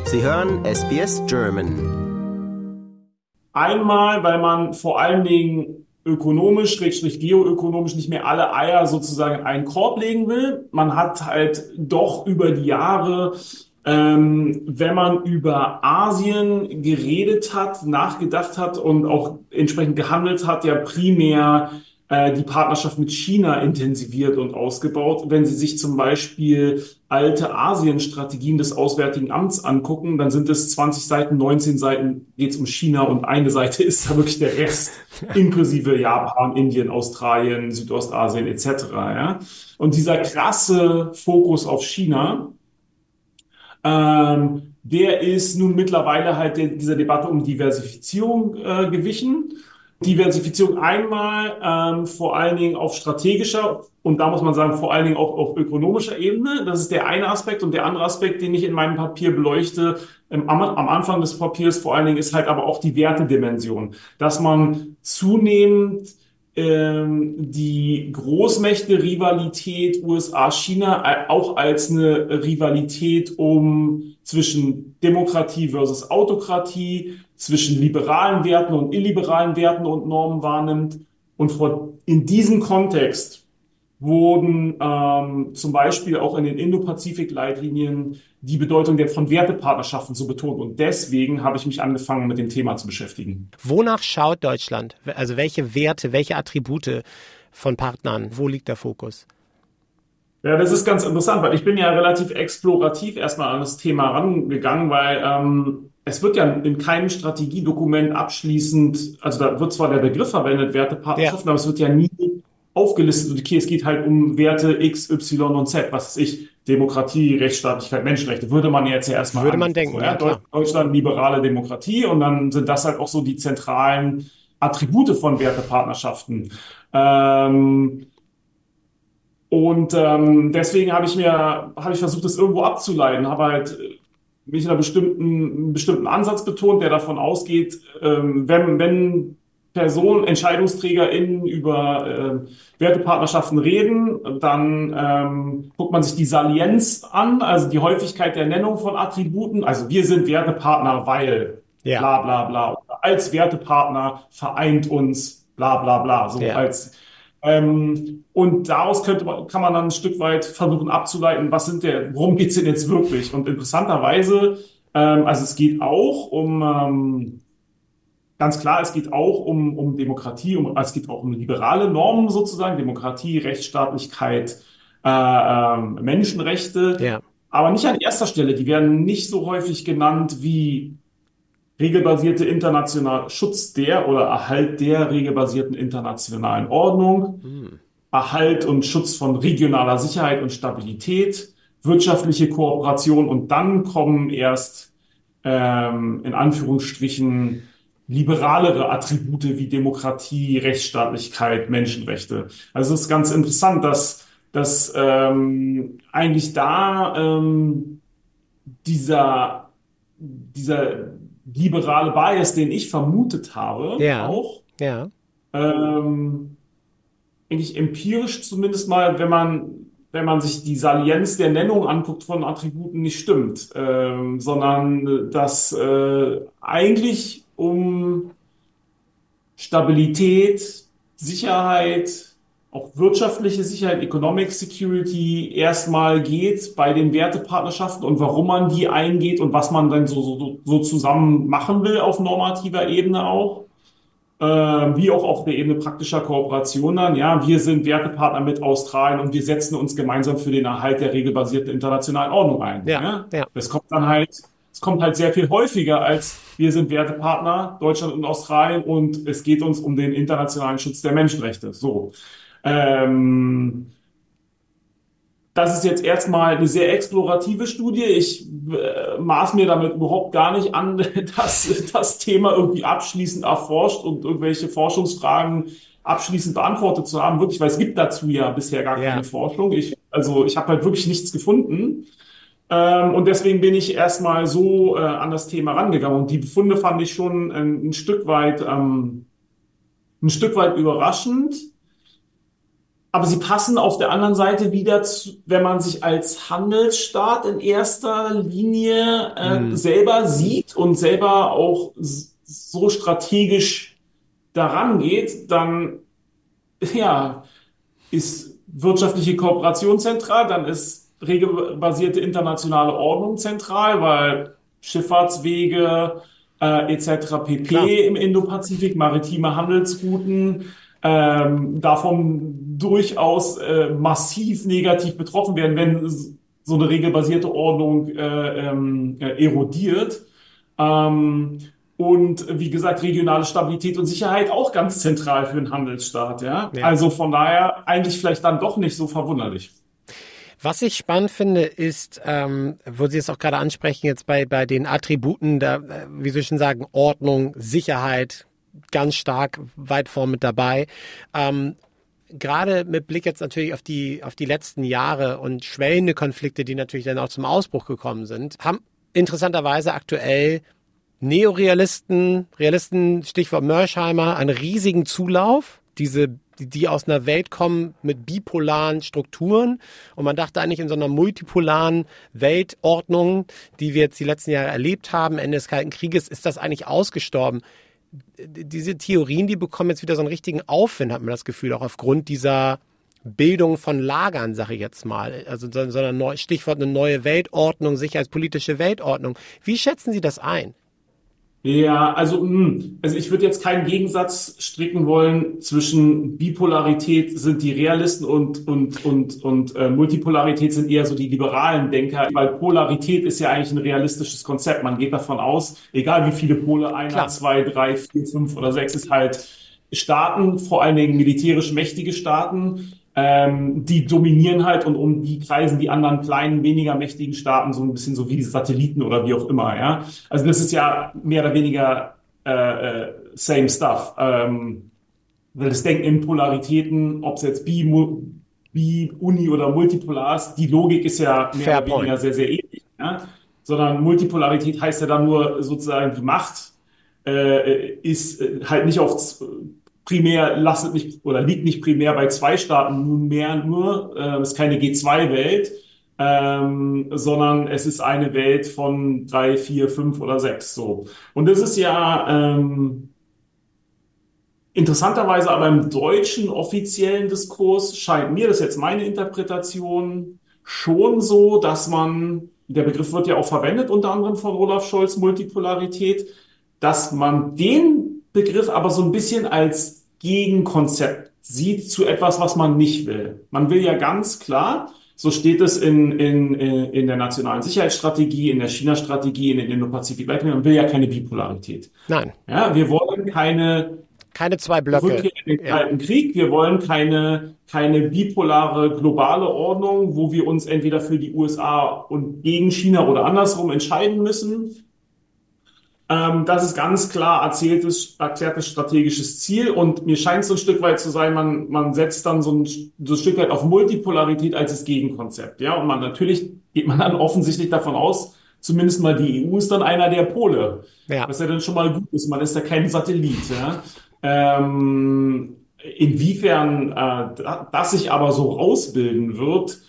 Sie hören SBS German. Einmal, weil man vor allen Dingen ökonomisch, schrägstrich geoökonomisch nicht mehr alle Eier sozusagen in einen Korb legen will. Man hat halt doch über die Jahre, wenn man über Asien geredet hat, nachgedacht hat und auch entsprechend gehandelt hat, ja primär die Partnerschaft mit China intensiviert und ausgebaut. Wenn Sie sich zum Beispiel alte Asien-Strategien des Auswärtigen Amts angucken, dann sind es 20 Seiten, 19 Seiten geht es um China und eine Seite ist da wirklich der Rest, inklusive Japan, Indien, Australien, Südostasien etc. Ja? Und dieser krasse Fokus auf China, der ist nun mittlerweile halt dieser Debatte um Diversifizierung gewichen. Diversifizierung einmal vor allen Dingen auf strategischer und da muss man sagen vor allen Dingen auch auf ökonomischer Ebene. Das ist der eine Aspekt und der andere Aspekt, den ich in meinem Papier beleuchte, am Anfang des Papiers vor allen Dingen ist halt aber auch die Wertedimension, dass man zunehmend die Großmächte-Rivalität USA-China auch als eine Rivalität zwischen Demokratie versus Autokratie, zwischen liberalen Werten und illiberalen Werten und Normen wahrnimmt. Und in diesem Kontext wurden zum Beispiel auch in den Indo-Pazifik-Leitlinien die Bedeutung von Wertepartnerschaften so betont. Und deswegen habe ich mich angefangen, mit dem Thema zu beschäftigen. Wonach schaut Deutschland? Also welche Werte, welche Attribute von Partnern? Wo liegt der Fokus? Ja, das ist ganz interessant, weil ich bin ja relativ explorativ erstmal an das Thema rangegangen, weil es wird ja in keinem Strategiedokument abschließend, also da wird zwar der Begriff verwendet, Wertepartnerschaften, aber es wird ja nie aufgelistet, okay, es geht halt um Werte X, Y und Z, was weiß ich, Demokratie, Rechtsstaatlichkeit, Menschenrechte, würde man jetzt ja erstmal würde man denken, ja, klar. Deutschland, liberale Demokratie und dann sind das halt auch so die zentralen Attribute von Wertepartnerschaften. Deswegen habe ich versucht, das irgendwo abzuleiten, habe halt mich in einen bestimmten Ansatz betont, der davon ausgeht, wenn Personen, EntscheidungsträgerInnen über Wertepartnerschaften reden, dann guckt man sich die Salienz an, also die Häufigkeit der Nennung von Attributen. Also wir sind Wertepartner, weil bla bla bla. Oder als Wertepartner vereint uns bla bla bla. So und daraus kann man dann ein Stück weit versuchen abzuleiten, worum geht's denn jetzt wirklich? Und interessanterweise, also es geht auch ganz klar, es geht auch um Demokratie, es geht auch um liberale Normen sozusagen, Demokratie, Rechtsstaatlichkeit, Menschenrechte, aber nicht an erster Stelle. Die werden nicht so häufig genannt wie regelbasierte Schutz der oder Erhalt der regelbasierten internationalen Ordnung, Erhalt und Schutz von regionaler Sicherheit und Stabilität, wirtschaftliche Kooperation und dann kommen erst in Anführungsstrichen liberalere Attribute wie Demokratie, Rechtsstaatlichkeit, Menschenrechte. Also es ist ganz interessant, dass eigentlich da dieser liberale Bias, den ich vermutet habe, eigentlich empirisch zumindest mal, wenn man sich die Salienz der Nennung anguckt von Attributen, nicht stimmt, sondern dass eigentlich um Stabilität, Sicherheit, auch wirtschaftliche Sicherheit, Economic Security erstmal geht bei den Wertepartnerschaften und warum man die eingeht und was man dann so zusammen machen will auf normativer Ebene auch, wie auch auf der Ebene praktischer Kooperation dann. Ja, wir sind Wertepartner mit Australien und wir setzen uns gemeinsam für den Erhalt der regelbasierten internationalen Ordnung ein. Das kommt halt sehr viel häufiger als wir sind Wertepartner, Deutschland und Australien und es geht uns um den internationalen Schutz der Menschenrechte. So. Das ist jetzt erstmal eine sehr explorative Studie. Ich maß mir damit überhaupt gar nicht an, dass das Thema irgendwie abschließend erforscht und irgendwelche Forschungsfragen abschließend beantwortet zu haben. Wirklich, weil es gibt dazu ja bisher gar keine Forschung. Ich habe halt wirklich nichts gefunden. Und deswegen bin ich erstmal so an das Thema rangegangen. Und die Befunde fand ich schon ein Stück weit überraschend. aber sie passen auf der anderen Seite wieder zu, wenn man sich als Handelsstaat in erster Linie selber sieht und selber auch so strategisch daran geht, dann ja, ist wirtschaftliche Kooperation zentral, dann ist regelbasierte internationale Ordnung zentral, weil Schifffahrtswege etc. pp. Klar. Im Indopazifik, maritime Handelsrouten davon durchaus massiv negativ betroffen werden, wenn so eine regelbasierte Ordnung erodiert. Und wie gesagt, regionale Stabilität und Sicherheit auch ganz zentral für einen Handelsstaat. Ja? Ja. Also von daher eigentlich vielleicht dann doch nicht so verwunderlich. Was ich spannend finde, ist, wo Sie es auch gerade ansprechen, jetzt bei den Attributen, da, wie Sie schon sagen, Ordnung, Sicherheit, ganz stark weit vorn mit dabei. Gerade mit Blick jetzt natürlich auf die letzten Jahre und schwellende Konflikte, die natürlich dann auch zum Ausbruch gekommen sind, haben interessanterweise aktuell Neorealisten, Realisten, Stichwort Mersheimer, einen riesigen Zulauf, die aus einer Welt kommen mit bipolaren Strukturen. Und man dachte eigentlich in so einer multipolaren Weltordnung, die wir jetzt die letzten Jahre erlebt haben, Ende des Kalten Krieges, ist das eigentlich ausgestorben. Diese Theorien, die bekommen jetzt wieder so einen richtigen Aufwind, hat man das Gefühl, auch aufgrund dieser Bildung von Lagern, sage ich jetzt mal. Also so ein Stichwort eine neue Weltordnung, sicherheitspolitische Weltordnung. Wie schätzen Sie das ein? Ja, also ich würde jetzt keinen Gegensatz stricken wollen zwischen Bipolarität sind die Realisten und Multipolarität sind eher so die liberalen Denker, weil Polarität ist ja eigentlich ein realistisches Konzept. Man geht davon aus, egal wie viele Pole, einer, Klar. 2, 3, 4, 5 oder 6 ist halt Staaten, vor allen Dingen militärisch mächtige Staaten, die dominieren halt und um die kreisen die anderen kleinen, weniger mächtigen Staaten so ein bisschen so wie die Satelliten oder wie auch immer, ja. Also das ist ja mehr oder weniger same stuff. Weil das Denken in Polaritäten, ob es jetzt uni oder multipolar ist, die Logik ist ja mehr Fair oder weniger point. sehr, sehr ähnlich, ja. Sondern Multipolarität heißt ja dann nur sozusagen die Macht ist halt nicht auf primär lastet nicht oder liegt nicht primär bei zwei Staaten es ist keine G2-Welt, sondern es ist eine Welt von 3, 4, 5 oder 6 so. Und das ist ja interessanterweise aber im deutschen offiziellen Diskurs scheint mir, das ist jetzt meine Interpretation, schon so, dass der Begriff wird ja auch verwendet, unter anderem von Olaf Scholz, Multipolarität, dass man den Begriff aber so ein bisschen als Gegenkonzept sieht zu etwas, was man nicht will. Man will ja ganz klar, so steht es in der nationalen Sicherheitsstrategie, in der China-Strategie, in den Indo-Pazifik-Leitlinien, man will ja keine Bipolarität. Nein. Ja, wir wollen keine zwei Blöcke. Rückkehr in den Kalten Krieg. Wir wollen keine bipolare globale Ordnung, wo wir uns entweder für die USA und gegen China oder andersrum entscheiden müssen. Das ist ganz klar erklärtes strategisches Ziel und mir scheint es so ein Stück weit zu sein, man setzt dann so ein Stück weit auf Multipolarität als das Gegenkonzept. Ja, und natürlich geht man dann offensichtlich davon aus, zumindest mal die EU ist dann einer der Pole. Ja. Was ja dann schon mal gut ist, man ist ja kein Satellit. Ja. Inwiefern das sich aber so rausbilden wird,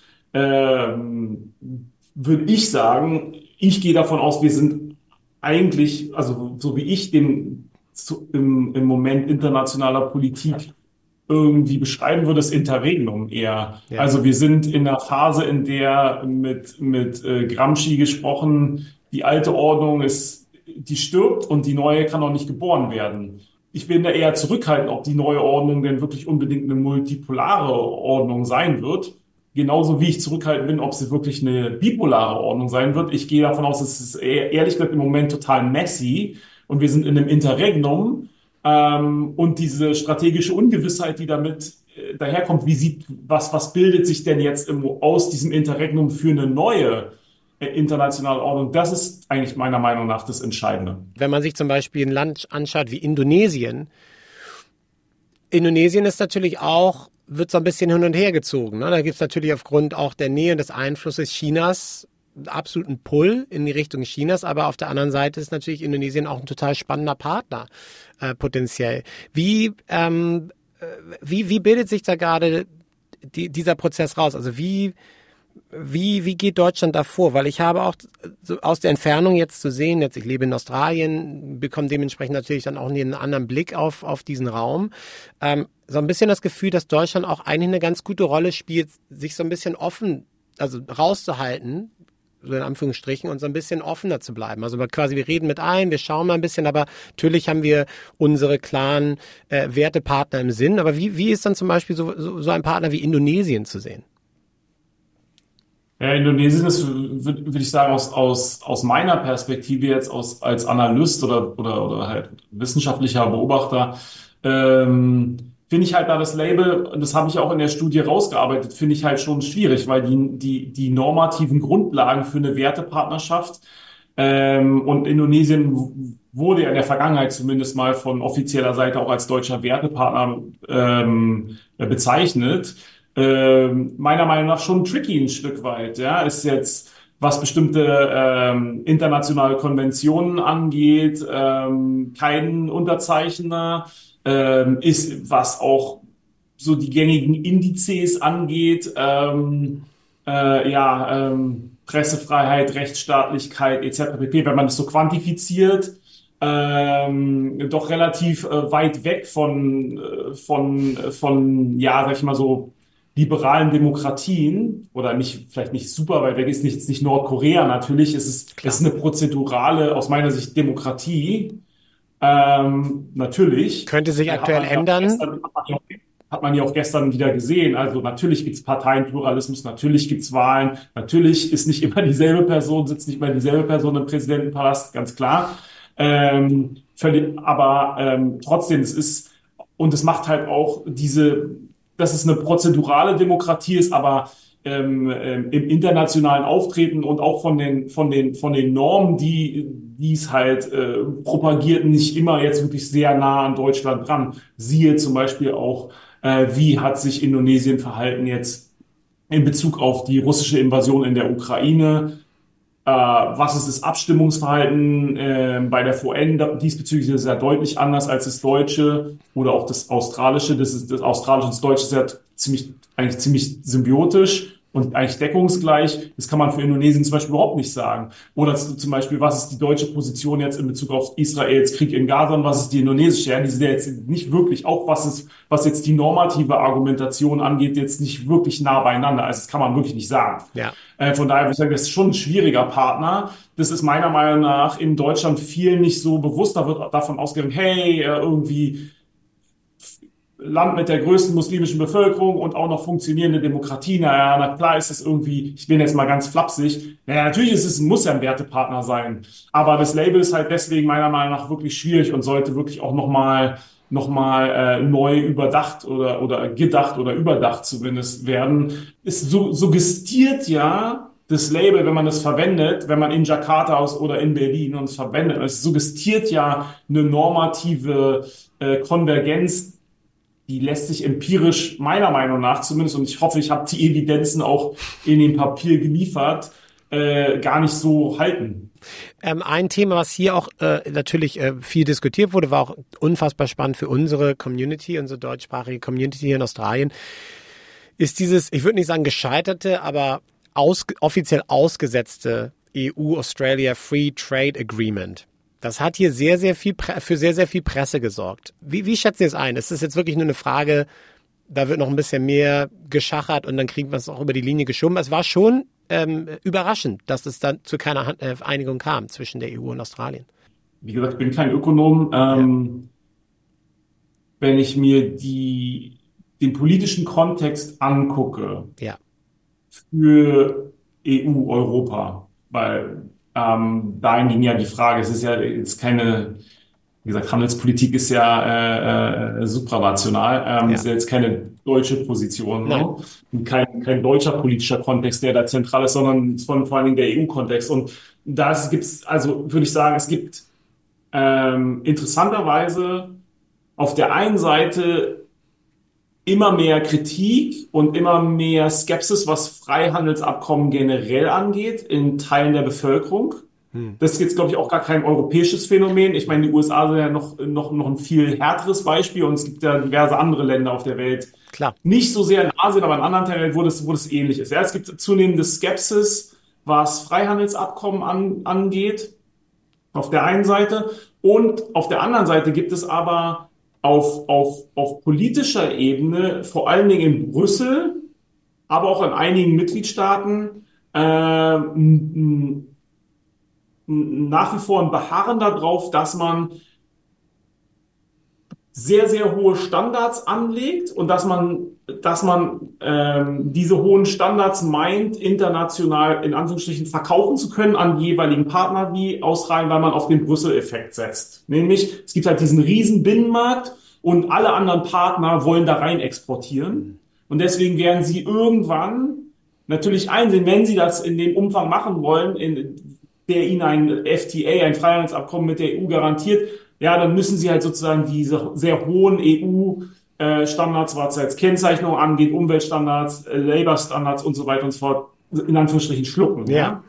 würde ich sagen, ich gehe davon aus, wir sind eigentlich, also so wie ich im Moment internationaler Politik irgendwie beschreiben würde, das Interregnum eher. Ja. Also wir sind in einer Phase, in der mit Gramsci gesprochen, die alte Ordnung die stirbt und die neue kann auch nicht geboren werden. Ich bin da eher zurückhaltend, ob die neue Ordnung denn wirklich unbedingt eine multipolare Ordnung sein wird. Genauso wie ich zurückhaltend bin, ob sie wirklich eine bipolare Ordnung sein wird. Ich gehe davon aus, es ist ehrlich gesagt im Moment total messy und wir sind in einem Interregnum. Und diese strategische Ungewissheit, die damit daherkommt, was bildet sich denn jetzt aus diesem Interregnum für eine neue internationale Ordnung? Das ist eigentlich meiner Meinung nach das Entscheidende. Wenn man sich zum Beispiel ein Land anschaut wie Indonesien. Indonesien ist natürlich auch wird so ein bisschen hin und her gezogen. Ne? Da gibt es natürlich aufgrund auch der Nähe und des Einflusses Chinas absoluten Pull in die Richtung Chinas, aber auf der anderen Seite ist natürlich Indonesien auch ein total spannender Partner potenziell. Wie bildet sich da gerade dieser Prozess raus? Also wie geht Deutschland da vor? Weil ich habe auch so aus der Entfernung jetzt zu sehen, ich lebe in Australien, bekomme dementsprechend natürlich dann auch einen anderen Blick auf diesen Raum. So ein bisschen das Gefühl, dass Deutschland auch eigentlich eine ganz gute Rolle spielt, sich so ein bisschen offen, also rauszuhalten, so in Anführungsstrichen, und so ein bisschen offener zu bleiben. Also quasi, wir reden mit ein, wir schauen mal ein bisschen, aber natürlich haben wir unsere klaren Wertepartner im Sinn. Aber wie ist dann zum Beispiel so ein Partner wie Indonesien zu sehen? Ja, Indonesien ist, würde ich sagen, aus meiner Perspektive jetzt als Analyst oder halt wissenschaftlicher Beobachter, finde ich halt da das Label, das habe ich auch in der Studie rausgearbeitet, finde ich halt schon schwierig, weil die normativen Grundlagen für eine Wertepartnerschaft, und Indonesien wurde ja in der Vergangenheit zumindest mal von offizieller Seite auch als deutscher Wertepartner bezeichnet. Meiner Meinung nach schon tricky ein Stück weit. Ja, ist jetzt, was bestimmte internationale Konventionen angeht, kein Unterzeichner, ist, was auch so die gängigen Indizes angeht, Pressefreiheit, Rechtsstaatlichkeit etc. pp. Wenn man das so quantifiziert, doch relativ weit weg von sag ich mal so, liberalen Demokratien oder vielleicht nicht super weit weg, ist nicht Nordkorea natürlich, es ist eine prozedurale, aus meiner Sicht, Demokratie. Natürlich. Könnte sich aktuell ändern. Hat man ja auch gestern wieder gesehen. Also natürlich gibt's Parteienpluralismus, natürlich gibt's Wahlen, natürlich ist nicht immer dieselbe Person, sitzt nicht immer dieselbe Person im Präsidentenpalast, ganz klar. Trotzdem, es macht halt auch dass es eine prozedurale Demokratie ist, aber im internationalen Auftreten und auch von den Normen, die es halt propagiert, nicht immer jetzt wirklich sehr nah an Deutschland dran. Siehe zum Beispiel auch, wie hat sich Indonesien verhalten jetzt in Bezug auf die russische Invasion in der Ukraine? Was ist das Abstimmungsverhalten bei der VN? Diesbezüglich ist es ja deutlich anders als das Deutsche oder auch das Australische. Das Australische und das Deutsche ist ja eigentlich ziemlich symbiotisch und eigentlich deckungsgleich. Das kann man für Indonesien zum Beispiel überhaupt nicht sagen. Oder zum Beispiel, was ist die deutsche Position jetzt in Bezug auf Israels Krieg in Gaza und was ist die indonesische? Ja, die sind ja jetzt nicht wirklich, auch was jetzt die normative Argumentation angeht, jetzt nicht wirklich nah beieinander. Also das kann man wirklich nicht sagen. Ja. Von daher würde ich sagen, das ist schon ein schwieriger Partner. Das ist meiner Meinung nach in Deutschland vielen nicht so bewusst. Da wird davon ausgegangen, hey, irgendwie Land mit der größten muslimischen Bevölkerung und auch noch funktionierende Demokratie. Naja, na klar ist es irgendwie, ich bin jetzt mal ganz flapsig. Naja, natürlich muss ja ein Wertepartner sein. Aber das Label ist halt deswegen meiner Meinung nach wirklich schwierig und sollte wirklich auch nochmal neu überdacht oder gedacht oder überdacht zumindest werden. Es suggestiert ja das Label, wenn man es verwendet, wenn man in Jakarta oder in Berlin uns verwendet, es suggestiert ja eine normative Konvergenz, die lässt sich empirisch meiner Meinung nach zumindest, und ich hoffe, ich habe die Evidenzen auch in dem Papier geliefert, gar nicht so halten. Ein Thema, was hier auch natürlich viel diskutiert wurde, war auch unfassbar spannend für unsere Community, unsere deutschsprachige Community hier in Australien, ist dieses, ich würde nicht sagen gescheiterte, aber offiziell ausgesetzte EU-Australia Free Trade Agreement. Das hat hier sehr, sehr viel für sehr, sehr viel Presse gesorgt. Wie schätzen Sie es ein? Ist das jetzt wirklich nur eine Frage, da wird noch ein bisschen mehr geschachert und dann kriegt man es auch über die Linie geschoben? Es war schon überraschend, dass es dann zu keiner Einigung kam zwischen der EU und Australien. Wie gesagt, ich bin kein Ökonom. Wenn ich mir den politischen Kontext angucke für EU, Europa, weil dahin ging ja die Frage, es ist ja jetzt keine, wie gesagt, Handelspolitik ist ja supranational, ist ja jetzt keine deutsche Position, ne? Und kein deutscher politischer Kontext, der da zentral ist, sondern vor allen Dingen der EU-Kontext. Und da gibt's, also würde ich sagen, es gibt interessanterweise auf der einen Seite immer mehr Kritik und immer mehr Skepsis, was Freihandelsabkommen generell angeht, in Teilen der Bevölkerung. Das ist jetzt, glaube ich, auch gar kein europäisches Phänomen. Ich meine, die USA sind ja noch ein viel härteres Beispiel und es gibt ja diverse andere Länder auf der Welt, klar. Nicht so sehr in Asien, aber in anderen Teilen der Welt, wo es ähnlich ist. Ja, es gibt zunehmende Skepsis, was Freihandelsabkommen angeht, auf der einen Seite. Und auf der anderen Seite gibt es aber auf politischer Ebene, vor allen Dingen in Brüssel, aber auch in einigen Mitgliedstaaten, nach wie vor ein Beharren darauf, dass man sehr, sehr hohe Standards anlegt und dass man diese hohen Standards meint, international in Anführungsstrichen verkaufen zu können an die jeweiligen Partner wie Australien, weil man auf den Brüssel-Effekt setzt. Nämlich, es gibt halt diesen riesen Binnenmarkt und alle anderen Partner wollen da rein exportieren. Und deswegen werden sie irgendwann natürlich einsehen, wenn sie das in dem Umfang machen wollen, der ihnen ein FTA, ein Freihandelsabkommen mit der EU garantiert, ja, dann müssen sie halt sozusagen diese sehr hohen EU-Standards, was jetzt Kennzeichnung angeht, Umweltstandards, Labour-Standards und so weiter und so fort, in Anführungsstrichen schlucken. Ja.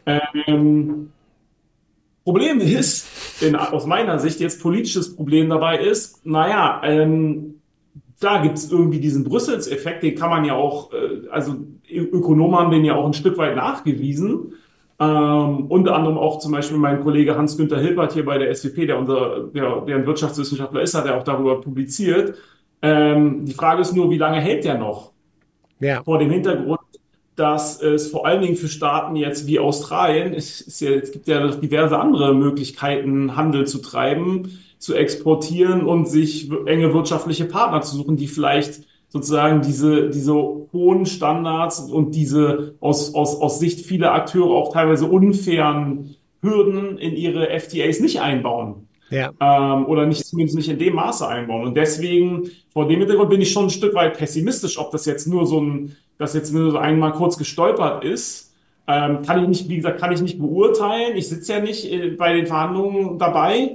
Problem ist, aus meiner Sicht jetzt politisches Problem dabei ist, naja, da gibt es irgendwie diesen Brüssels-Effekt, den kann man ja auch, also Ökonomen haben den ja auch ein Stück weit nachgewiesen. Unter anderem auch zum Beispiel mein Kollege Hans-Günther Hilbert hier bei der SWP, der ein Wirtschaftswissenschaftler ist, hat er auch darüber publiziert. Die Frage ist nur, wie lange hält der noch? Ja. Vor dem Hintergrund, dass es vor allen Dingen für Staaten jetzt wie Australien, es gibt ja diverse andere Möglichkeiten, Handel zu treiben, zu exportieren und sich enge wirtschaftliche Partner zu suchen, die vielleicht sozusagen diese hohen Standards und diese aus Sicht vieler Akteure auch teilweise unfairen Hürden in ihre FTAs nicht einbauen. Ja. Oder nicht, zumindest nicht in dem Maße einbauen. Und deswegen, vor dem Hintergrund bin ich schon ein Stück weit pessimistisch, ob das jetzt nur das jetzt nur so einmal kurz gestolpert ist. Kann ich nicht, wie gesagt, kann ich nicht beurteilen. Ich sitze ja nicht bei den Verhandlungen dabei.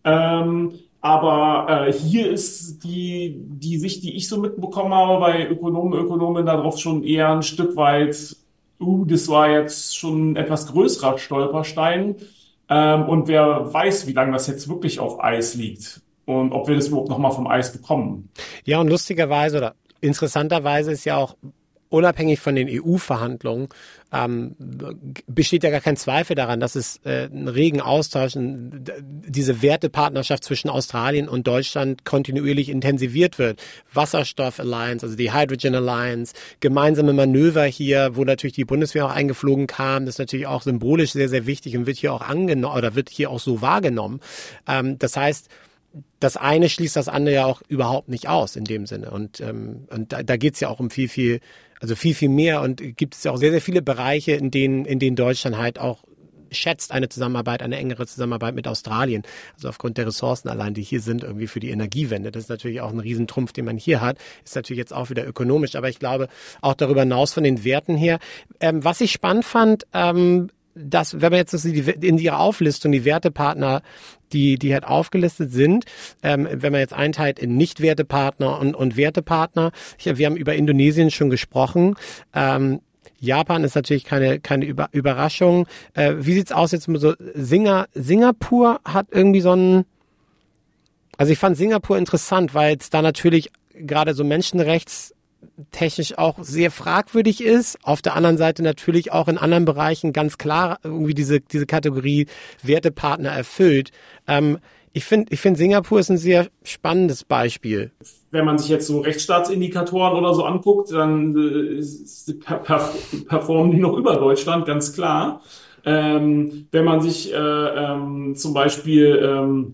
Aber hier ist die Sicht, die ich so mitbekommen habe bei Ökonomen darauf schon eher ein Stück weit, das war jetzt schon ein etwas größerer Stolperstein. Und wer weiß, wie lange das jetzt wirklich auf Eis liegt und ob wir das überhaupt nochmal vom Eis bekommen. Ja, und lustigerweise oder interessanterweise ist ja auch unabhängig von den EU-Verhandlungen besteht ja gar kein Zweifel daran, dass es einen regen Austausch, diese Wertepartnerschaft zwischen Australien und Deutschland kontinuierlich intensiviert wird. Wasserstoff-Alliance, also die Hydrogen Alliance, gemeinsame Manöver hier, wo natürlich die Bundeswehr auch eingeflogen kam, das ist natürlich auch symbolisch sehr, sehr wichtig und wird hier auch angenommen oder wird hier auch so wahrgenommen. Das heißt, das eine schließt das andere ja auch überhaupt nicht aus in dem Sinne. Und da geht es ja auch um viel mehr und gibt es ja auch sehr, sehr viele Bereiche, in denen Deutschland halt auch schätzt eine engere Zusammenarbeit mit Australien. Also aufgrund der Ressourcen allein, die hier sind, irgendwie für die Energiewende. Das ist natürlich auch ein Riesentrumpf, den man hier hat. Ist natürlich jetzt auch wieder ökonomisch, aber ich glaube auch darüber hinaus von den Werten her. Was ich spannend fand, dass, wenn man jetzt in ihrer Auflistung die Wertepartner, die halt aufgelistet sind, wenn man jetzt einteilt in Nicht-Wertepartner und Wertepartner, wir haben über Indonesien schon gesprochen, Japan ist natürlich keine Überraschung. Wie sieht's aus jetzt mit so Singapur hat irgendwie also ich fand Singapur interessant, weil es da natürlich gerade so menschenrechtstechnisch auch sehr fragwürdig ist. Auf der anderen Seite natürlich auch in anderen Bereichen ganz klar irgendwie diese Kategorie Wertepartner erfüllt. Ich finde Singapur ist ein sehr spannendes Beispiel. Wenn man sich jetzt so Rechtsstaatsindikatoren oder so anguckt, dann performen die noch über Deutschland, ganz klar. Wenn man sich zum Beispiel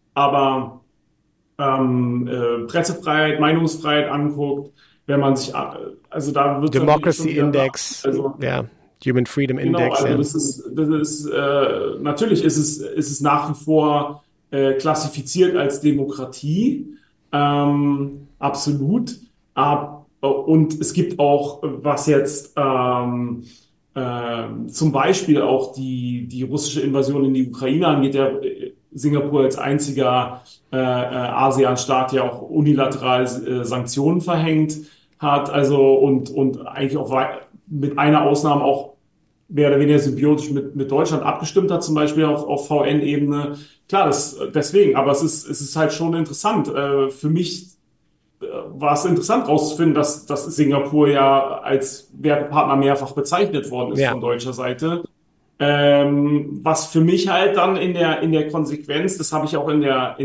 Pressefreiheit, Meinungsfreiheit anguckt, wenn man sich, also da wird Democracy Index, ja, Human Freedom Index. Genau, also das ist natürlich ist es nach wie vor klassifiziert als Demokratie, absolut. Und es gibt auch, was jetzt zum Beispiel auch die russische Invasion in die Ukraine angeht, der Singapur als einziger ASEAN-Staat ja auch unilateral Sanktionen verhängt hat, also und eigentlich auch mit einer Ausnahme auch mehr oder weniger symbiotisch mit Deutschland abgestimmt hat, zum Beispiel auf VN-Ebene. Klar, deswegen, aber es ist halt schon interessant. Für mich war es interessant herauszufinden, dass Singapur ja als Wertepartner mehrfach bezeichnet worden ist von deutscher Seite. Was für mich halt dann in der Konsequenz, das habe ich auch in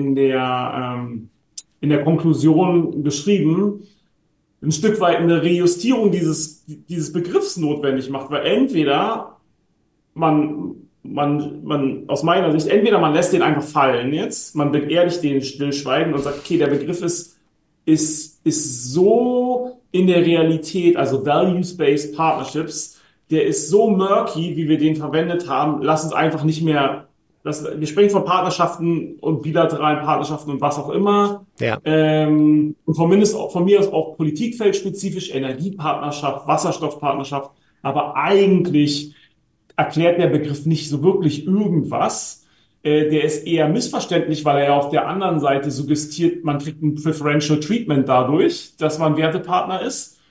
der Konklusion beschrieben, ein Stück weit eine Rejustierung dieses Begriffs notwendig macht, weil entweder man aus meiner Sicht, entweder man lässt den einfach fallen jetzt, man beerdigt den Stillschweigen und sagt, okay, der Begriff ist so in der Realität, also Values-Based Partnerships, der ist so murky, wie wir den verwendet haben, lass uns einfach nicht mehr, wir sprechen von Partnerschaften und bilateralen Partnerschaften und was auch immer. Ja. Und von mir aus auch politikfeldspezifisch, Energiepartnerschaft, Wasserstoffpartnerschaft, aber eigentlich erklärt der Begriff nicht so wirklich irgendwas. Der ist eher missverständlich, weil er ja auf der anderen Seite suggestiert, man kriegt ein Preferential Treatment dadurch, dass man Wertepartner ist.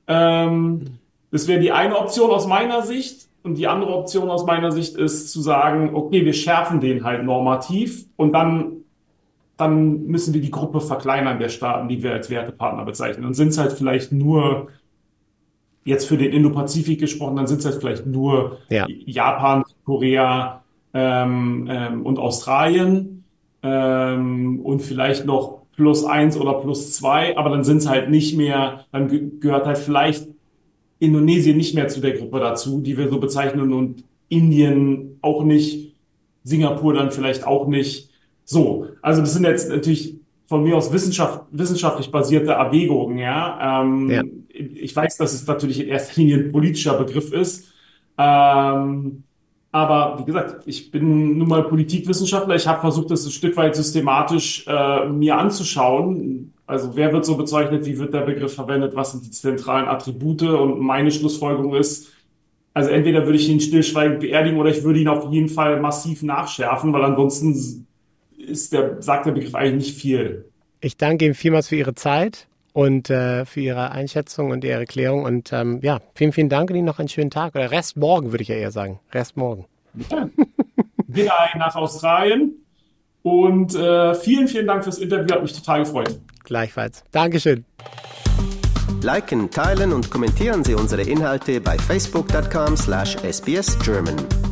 Das wäre die eine Option aus meiner Sicht. Und die andere Option aus meiner Sicht ist zu sagen, okay, wir schärfen den halt normativ und dann müssen wir die Gruppe verkleinern der Staaten, die wir als Wertepartner bezeichnen. Dann sind es halt vielleicht nur, jetzt für den Indo-Pazifik gesprochen, dann sind es halt vielleicht nur Japan, Korea und Australien und vielleicht noch +1 oder +2, aber dann sind es halt nicht mehr, dann gehört halt vielleicht Indonesien nicht mehr zu der Gruppe dazu, die wir so bezeichnen, und Indien auch nicht, Singapur dann vielleicht auch nicht. So, also das sind jetzt natürlich von mir aus wissenschaftlich basierte Erwägungen, ja. Ich weiß, dass es natürlich in erster Linie ein politischer Begriff ist, aber wie gesagt, ich bin nun mal Politikwissenschaftler. Ich habe versucht, das ein Stück weit systematisch mir anzuschauen. Also wer wird so bezeichnet, wie wird der Begriff verwendet, was sind die zentralen Attribute, und meine Schlussfolgerung ist, also entweder würde ich ihn stillschweigend beerdigen oder ich würde ihn auf jeden Fall massiv nachschärfen, weil ansonsten sagt der Begriff eigentlich nicht viel. Ich danke Ihnen vielmals für Ihre Zeit und für Ihre Einschätzung und Ihre Erklärung und vielen, vielen Dank und Ihnen noch einen schönen Tag oder Restmorgen, würde ich ja eher sagen. Restmorgen. Ja. Wieder nach Australien. Und vielen, vielen Dank fürs Interview, hat mich total gefreut. Gleichfalls. Dankeschön. Liken, teilen und kommentieren Sie unsere Inhalte bei facebook.com/sbsgerman.